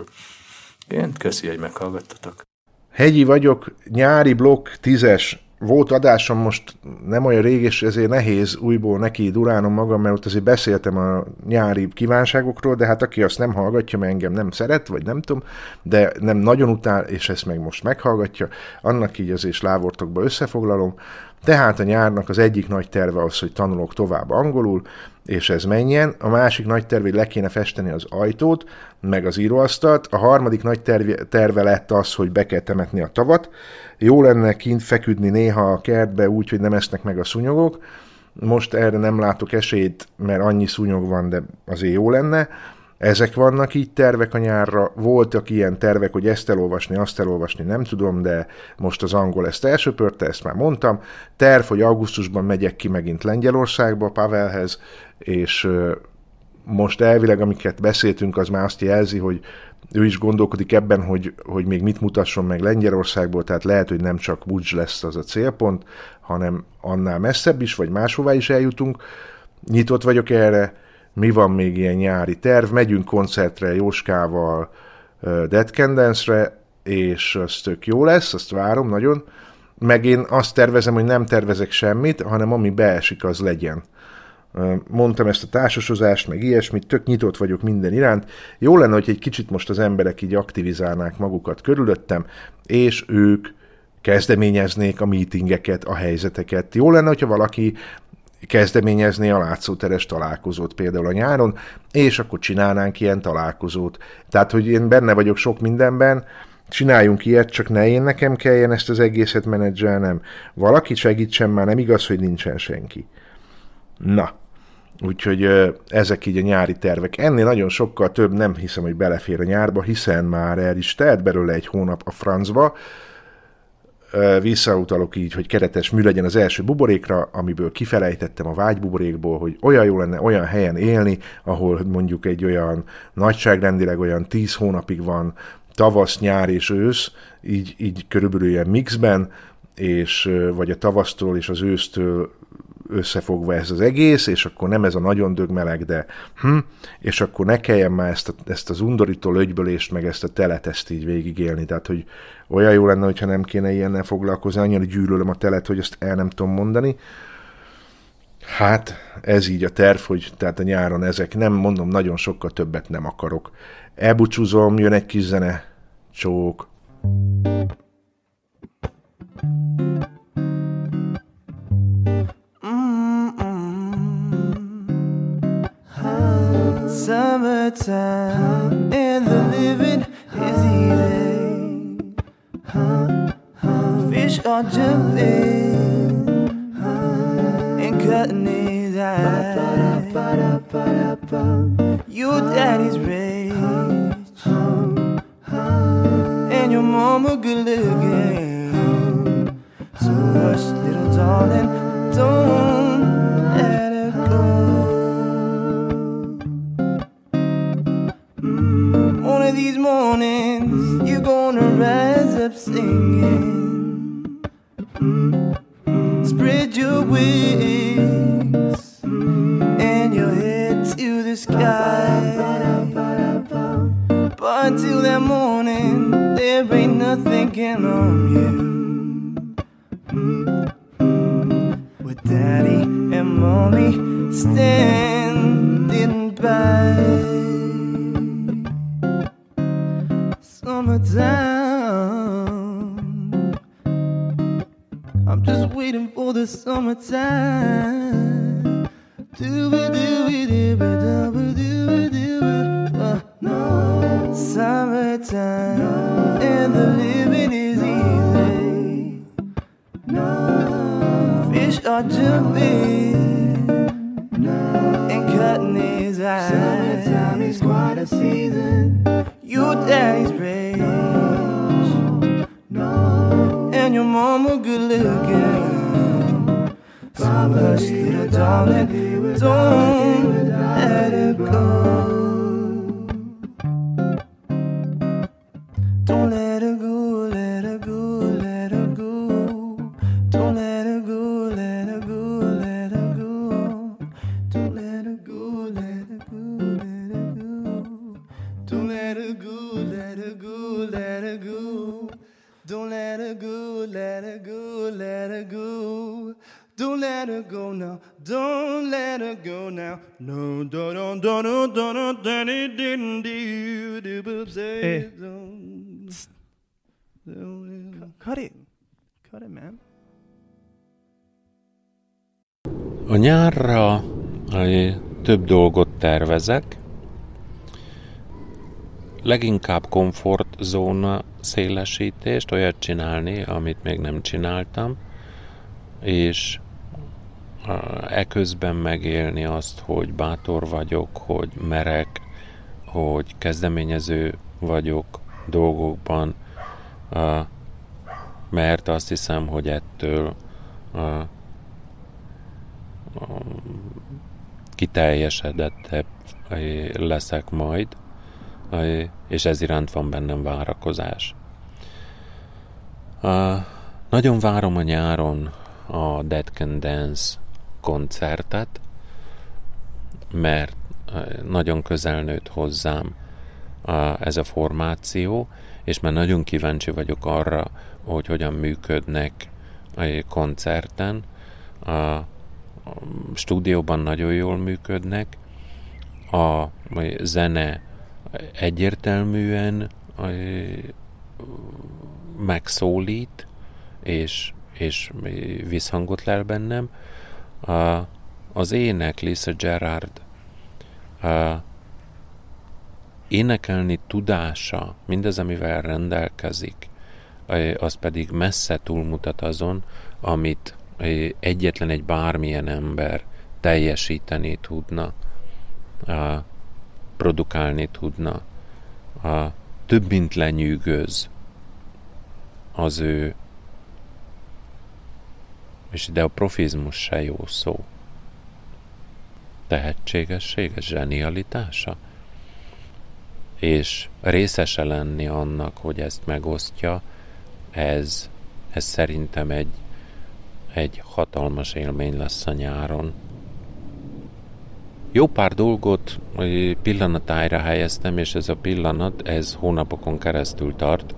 Én köszi, hogy meghallgattatok. Hegyi vagyok, nyári blokk 10-es. Volt adásom most nem olyan rég, és ezért nehéz újból neki durálnom magam, mert ott azért beszéltem a nyári kívánságokról, de hát aki azt nem hallgatja, mert engem nem szeret, vagy nem tudom, de nem nagyon utál, és ezt meg most meghallgatja, annak így azért slávortokba összefoglalom. Tehát a nyárnak az egyik nagy terve az, hogy tanulok tovább angolul, és ez menjen. A másik nagy terve, hogy le kéne festeni az ajtót, meg az íróasztalt. A harmadik nagy terve lett az, hogy be kell temetni a tavat. Jó lenne kint feküdni néha a kertbe úgy, hogy nem esznek meg a szúnyogok. Most erre nem látok esélyt, mert annyi szúnyog van, de azért jó lenne. Ezek vannak így tervek a nyárra. Voltak ilyen tervek, hogy ezt elolvasni, azt elolvasni, nem tudom, de most az angol ezt elsöpörte, ezt már mondtam. Terv, hogy augusztusban megyek ki megint Lengyelországba, Pavelhez, és most elvileg, amiket beszéltünk, az már azt jelzi, hogy ő is gondolkodik ebben, hogy még mit mutasson meg Lengyelországból, tehát lehet, hogy nem csak Bucs lesz az a célpont, hanem annál messzebb is, vagy máshová is eljutunk. Nyitott vagyok erre. Mi van még ilyen nyári terv? Megyünk koncertre Jóskával, Dead Can Dance-re, és az tök jó lesz, azt várom nagyon. Meg én azt tervezem, hogy nem tervezek semmit, hanem ami beesik, az legyen. Mondtam ezt a társasozást, meg ilyesmit, tök nyitott vagyok minden iránt. Jó lenne, hogy egy kicsit most az emberek így aktivizálnák magukat körülöttem, és ők kezdeményeznék a meetingeket, a helyzeteket. Jó lenne, hogyha valaki kezdeményezné a látszóteres találkozót például a nyáron, és akkor csinálnánk ilyen találkozót. Tehát, hogy én benne vagyok sok mindenben, csináljunk ilyet, csak ne én nekem kelljen ezt az egészet menedzselnem. Valaki segítsen, már nem igaz, hogy nincsen senki. Na, úgyhogy ezek így a nyári tervek. Ennél nagyon sokkal több nem hiszem, hogy belefér a nyárba, hiszen már el is telt belőle egy hónap a francba. Visszautalok így, hogy keretes mű legyen az első buborékra, amiből kifelejtettem a vágybuborékból, hogy olyan jó lenne olyan helyen élni, ahol mondjuk egy olyan nagyságrendileg olyan 10 hónapig van tavasz, nyár és ősz, így körülbelül ilyen mixben, és vagy a tavasztól és az ősztől összefogva ez az egész, és akkor nem ez a nagyon dögmeleg, de és akkor ne kelljen már ezt az undorító lögybölést, meg ezt a telet ezt így végigélni, tehát hogy olyan jó lenne, hogyha nem kéne ilyennel foglalkozni, annyira gyűlölöm a telet, hogy azt el nem tudom mondani. Hát, ez így a terv, hogy tehát a nyáron ezek, nem mondom, nagyon sokkal többet nem akarok. Elbúcsúzom, jön egy kis zene, csók. Summertime and the living is easy. Fish are jumping and cutting his eyes. Your daddy's rich and your mama good looking. So hush, little darling, don't let her go. One of these mornings you're gonna rise up singing. Spread your wings and your head to the sky. But until that morning there ain't nothing can harm you. With daddy and mommy standing by. Summertime, I'm just waiting for the summertime. No. Summertime, no. And the living is easy. No. Fish are jumping, no. And cutting his eyes. Summertime is quite a season. Your daddy's rich your mama good looking. So hush, little darling, don't let her go. Don't let her go, let her go, let her go. Don't let her go, let her go, let her go. Don't let her go, let her go, let her go. Don't let her go, let her go, let her go. Don't let her go, let her go, let her go. Don't let her go now, don't let her go now. No, don't, Hey. Cut it. Cut it, man. A nyárra több dolgot tervezek. Leginkább komfortzóna szélesítést, olyat csinálni, amit még nem csináltam, és eközben megélni azt, hogy bátor vagyok, hogy merek, hogy kezdeményező vagyok dolgokban, mert azt hiszem, hogy ettől kiteljesedettebb leszek majd, és ez iránt van bennem várakozás. Nagyon várom a nyáron a Dead Can Dance koncertet, mert nagyon közel nőtt hozzám ez a formáció, és már nagyon kíváncsi vagyok arra, hogy hogyan működnek a koncerten. A stúdióban nagyon jól működnek, a zene egyértelműen megszólít, és visszhangot lel bennem. Az ének, Lisa Gerrard énekelni tudása, mindaz, amivel rendelkezik, az pedig messze túlmutat azon, amit egyetlen egy bármilyen ember teljesíteni tudna, produkálni tudna. Több mint lenyűgöz az ő, és ide a profizmus se jó szó, tehetségessége, zsenialitása, és részese lenni annak, hogy ezt megosztja, ez szerintem egy hatalmas élmény lesz a nyáron. Jó pár dolgot pillanatára helyeztem, és ez a pillanat, ez hónapokon keresztül tart.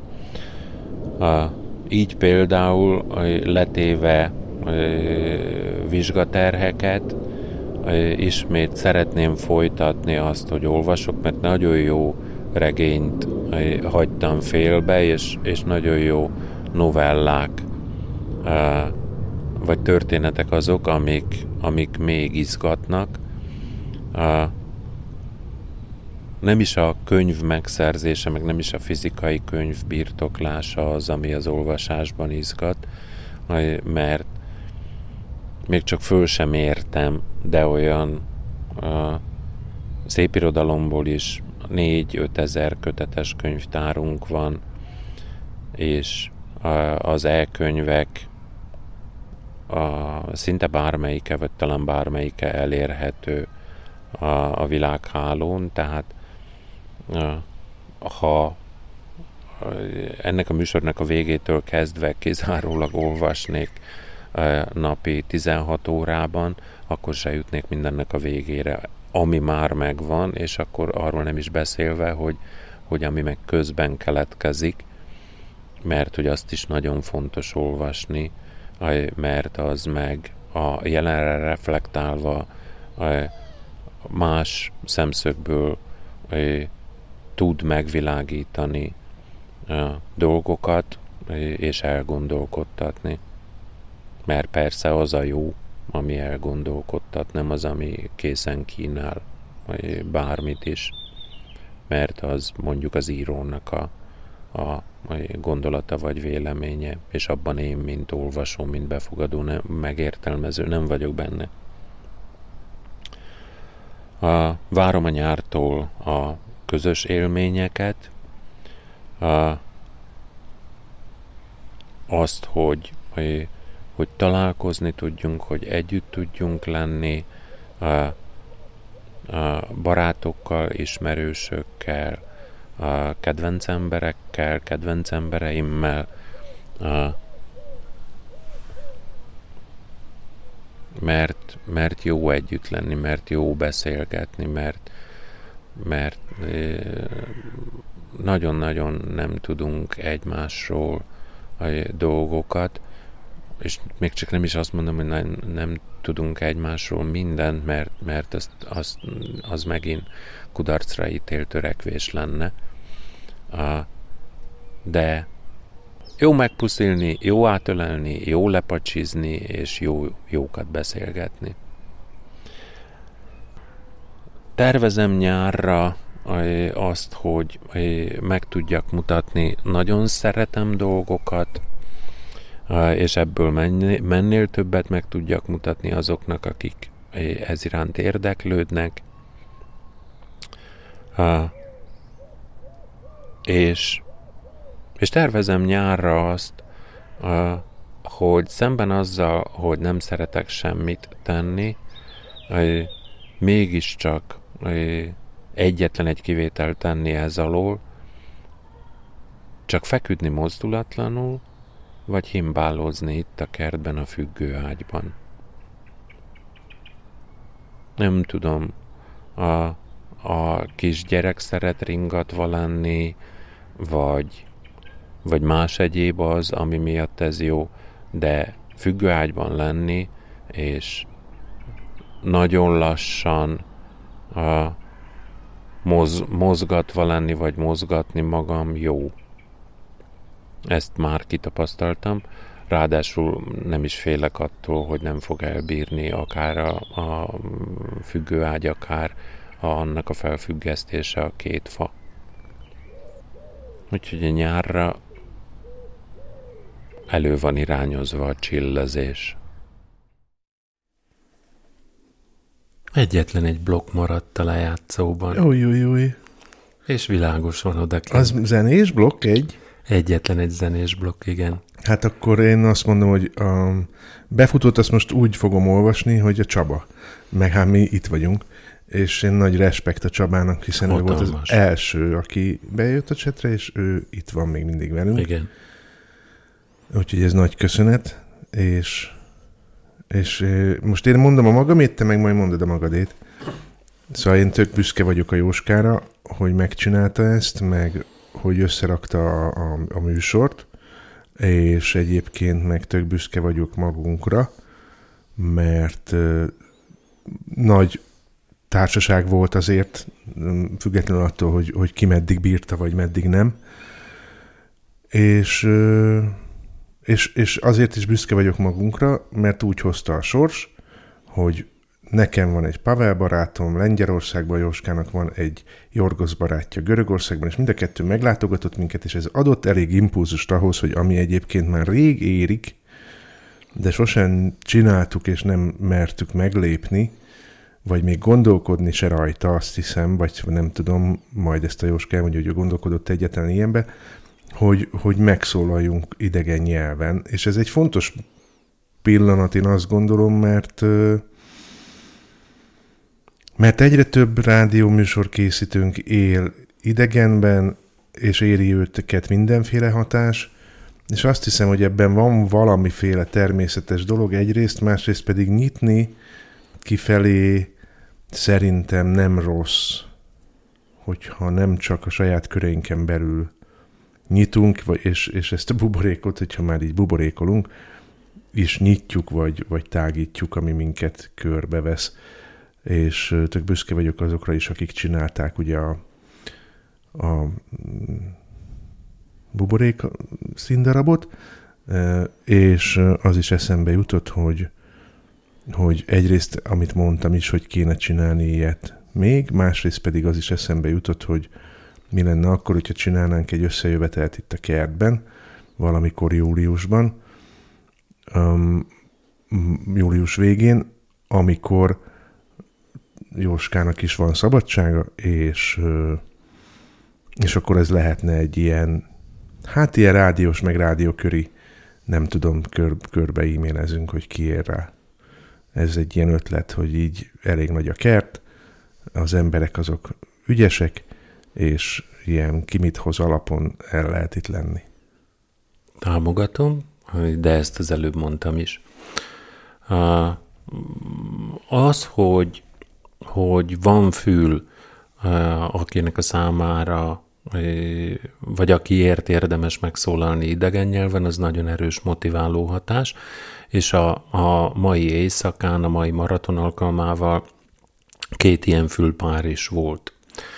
Így például letéve vizsgaterheket, ismét szeretném folytatni azt, hogy olvasok, mert nagyon jó regényt hagytam félbe, és nagyon jó novellák, vagy történetek azok, amik még izgatnak. Nem is a könyv megszerzése, meg nem is a fizikai könyv birtoklása az, ami az olvasásban izgat, mert még csak föl sem értem, de olyan szépirodalomból is 4-5 ezer kötetes könyvtárunk van, és az e-könyvek szinte bármelyike, vagy talán bármelyike elérhető a világhálón, tehát ha ennek a műsornak a végétől kezdve kizárólag olvasnék napi 16 órában, akkor se jutnék mindennek a végére, ami már megvan, és akkor arról nem is beszélve, hogy ami meg közben keletkezik, mert hogy azt is nagyon fontos olvasni, mert az meg a jelenre reflektálva más szemszögből tud megvilágítani dolgokat, és elgondolkodtatni. Mert persze az a jó, ami elgondolkodtat, nem az, ami készen kínál bármit is, mert az mondjuk az írónak a gondolata vagy véleménye, és abban én, mint olvasó, mint befogadó, megértelmező, nem vagyok benne. Várom a nyártól a közös élményeket, azt, hogy találkozni tudjunk, hogy együtt tudjunk lenni a barátokkal, ismerősökkel, a kedvenc emberekkel, kedvenc embereimmel, mert jó együtt lenni, mert jó beszélgetni, mert nagyon-nagyon nem tudunk egymásról dolgokat, és még csak nem is azt mondom, hogy nem tudunk egymásról mindent, mert az megint kudarcra ítélt törekvés lenne. De jó megpuszilni, jó átölelni, jó lepacsizni, és jókat beszélgetni. Tervezem nyárra azt, hogy meg tudjak mutatni, nagyon szeretem dolgokat, és ebből mennél többet meg tudjak mutatni azoknak, akik ez iránt érdeklődnek. És tervezem nyárra azt, hogy szemben azzal, hogy nem szeretek semmit tenni, mégiscsak egyetlen egy kivételt tenni ez alól, csak feküdni mozdulatlanul, vagy himbálózni itt a kertben a függőágyban. Nem tudom, a kisgyerek szeret ringatva lenni, vagy más egyéb az, ami miatt ez jó, de függőágyban lenni, és nagyon lassan mozgatva lenni, vagy mozgatni magam jó. Ezt már kitapasztaltam, ráadásul nem is félek attól, hogy nem fog elbírni akár a függőágy, akár annak a felfüggesztése a két fa. Úgyhogy a nyárra elő van irányozva a chillezés. Egyetlen egy blokk maradt a lejátszóban. Új. És világos van odakint. Az zenés blokk egy? Egyetlen egy zenés blokk, igen. Hát akkor én azt mondom, hogy a befutót azt most úgy fogom olvasni, hogy a Csaba. Meg hát mi itt vagyunk. És én nagy respekt a Csabának, hiszen ő volt az első, aki bejött a csetre, és ő itt van még mindig velünk. Igen. Úgyhogy ez nagy köszönet, és most én mondom a magamét, te meg majd mondod a magadét. Szóval én tök büszke vagyok a Jóskára, hogy megcsinálta ezt, meg hogy összerakta a műsort, és egyébként meg tök büszke vagyok magunkra, mert nagy társaság volt azért, függetlenül attól, hogy ki meddig bírta, vagy meddig nem. És azért is büszke vagyok magunkra, mert úgy hozta a sors, hogy nekem van egy Pavel barátom Lengyelországban, Jóskának van egy Jorgosz barátja Görögországban, és mind a kettő meglátogatott minket, és ez adott elég impulzust ahhoz, hogy ami egyébként már rég érik, de sosem csináltuk, és nem mertük meglépni, vagy még gondolkodni se rajta, azt hiszem, vagy nem tudom, majd ezt a Jóska elmondja, hogy ő gondolkodott egyetlen ilyenbe, hogy megszólaljunk idegen nyelven. És ez egy fontos pillanat, én azt gondolom, mert egyre több rádióműsor készítőnk él idegenben, és éri őket mindenféle hatás, és azt hiszem, hogy ebben van valamiféle természetes dolog egyrészt, másrészt pedig nyitni kifelé szerintem nem rossz, hogyha nem csak a saját köreinken belül nyitunk, és ezt a buborékot, hogyha már így buborékolunk, és nyitjuk, vagy tágítjuk, ami minket körbevesz. És tök büszke vagyok azokra is, akik csinálták ugye a buborék színdarabot, és az is eszembe jutott, hogy egyrészt, amit mondtam is, hogy kéne csinálni ilyet még, másrészt pedig az is eszembe jutott, hogy mi lenne akkor, hogyha csinálnánk egy összejövetelt itt a kertben, valamikor júliusban, július végén, amikor Jóskának is van szabadsága, és akkor ez lehetne egy ilyen rádiós, meg rádióköri nem tudom, körbe e-mailezünk, hogy ki ér rá. Ez egy ilyen ötlet, hogy így elég nagy a kert, az emberek azok ügyesek, és ilyen ki mit hoz alapon el lehet itt lenni. Támogatom, de ezt az előbb mondtam is. Az, hogy van fül, akinek a számára, vagy akiért érdemes megszólalni idegen nyelven, az nagyon erős motiváló hatás, és a mai éjszakán, a mai maraton alkalmával 2 ilyen fülpár is volt.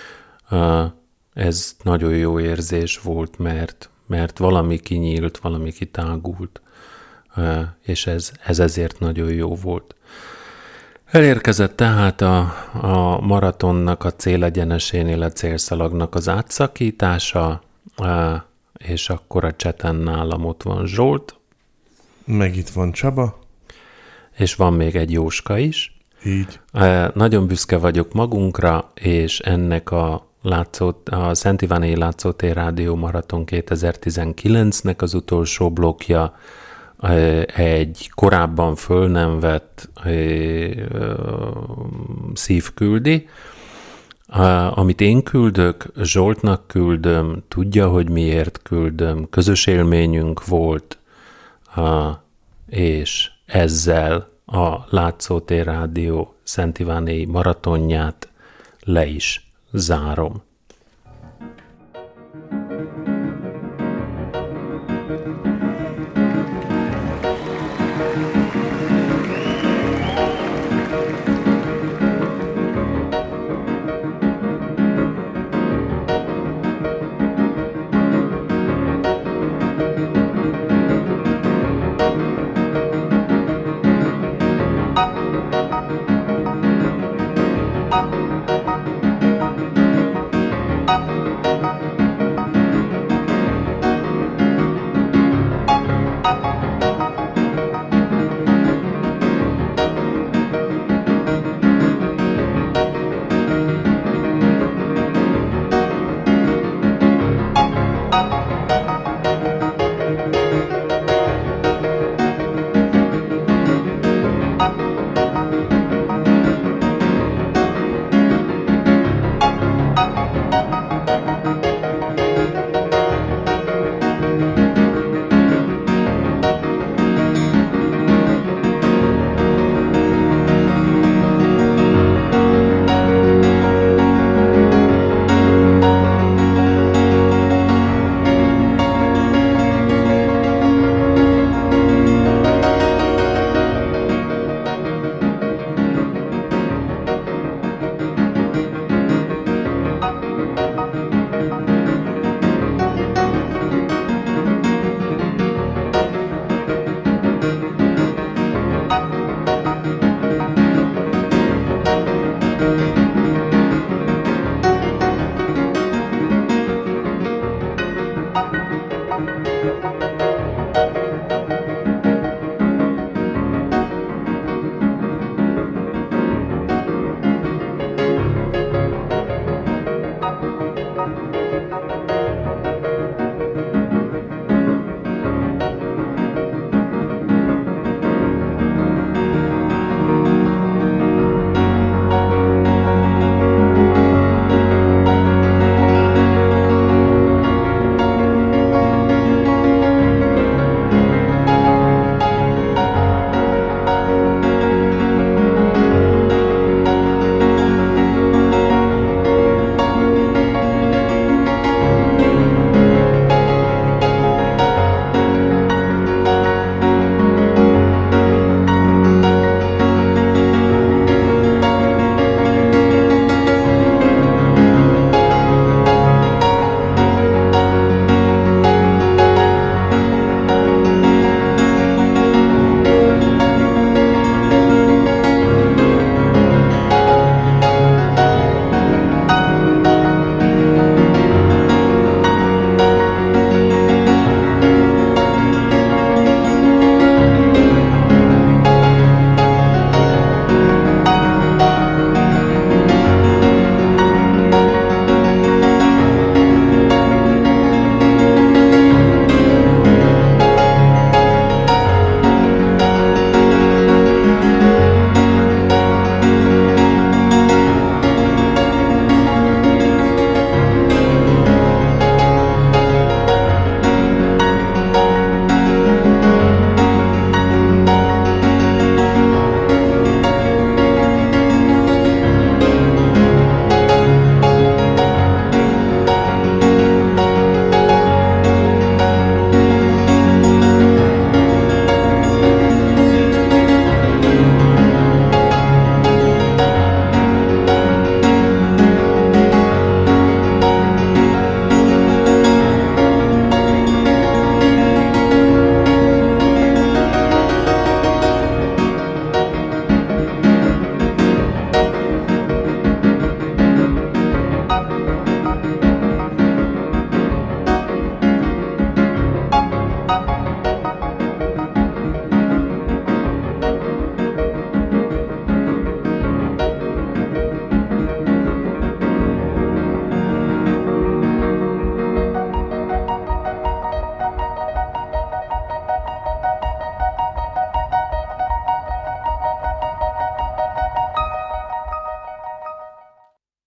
Ez nagyon jó érzés volt, mert valami kinyílt, valami kitágult, és ez ezért nagyon jó volt. Elérkezett tehát a maratonnak a célegyenesénél, a célszalagnak az átszakítása, és akkor a cseten nálam ott van Zsolt. Meg itt van Csaba. És van még egy Jóska is. Így. Nagyon büszke vagyok magunkra, és ennek a Szent Iványi Látszótér Rádió Maraton 2019-nek az utolsó blokkja egy korábban föl nem vett szív küldi, amit én küldök, Zsoltnak küldöm, tudja, hogy miért küldöm, közös élményünk volt, és ezzel a Látszótér Rádió Szent Iványi maratonját le is zárom.